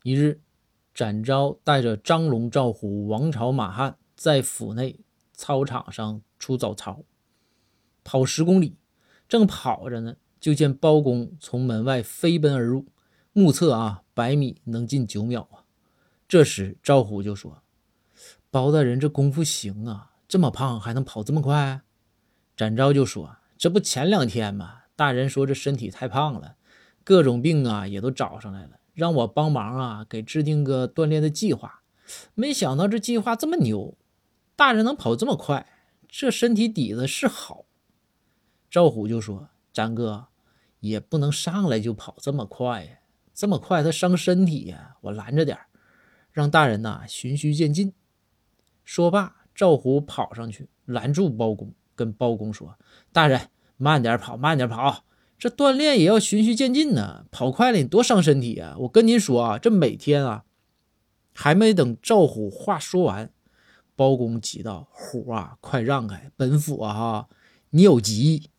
一日，展昭带着张龙、赵虎、王朝、马汉在府内操场上出早操，跑10公里，正跑着呢，就见包公从门外飞奔而入，目测100米能进9秒啊。这时赵虎就说：包大人这功夫行啊，这么胖还能跑这么快？展昭就说：这不前2天吗？大人说这身体太胖了，各种病也都找上来了，让我帮忙给制定个锻炼的计划。没想到这计划这么牛，大人能跑这么快，这身体底子是好。赵虎就说：展哥也不能上来就跑这么快呀，这么快他伤身体呀，我拦着点，让大人循序渐进。说罢，赵虎跑上去拦住包公，跟包公说：大人慢点跑，慢点跑，这锻炼也要循序渐进呢，跑快了你多伤身体啊！我跟您说这每天还没等赵虎话说完，包公急道：虎快让开，本府你有急。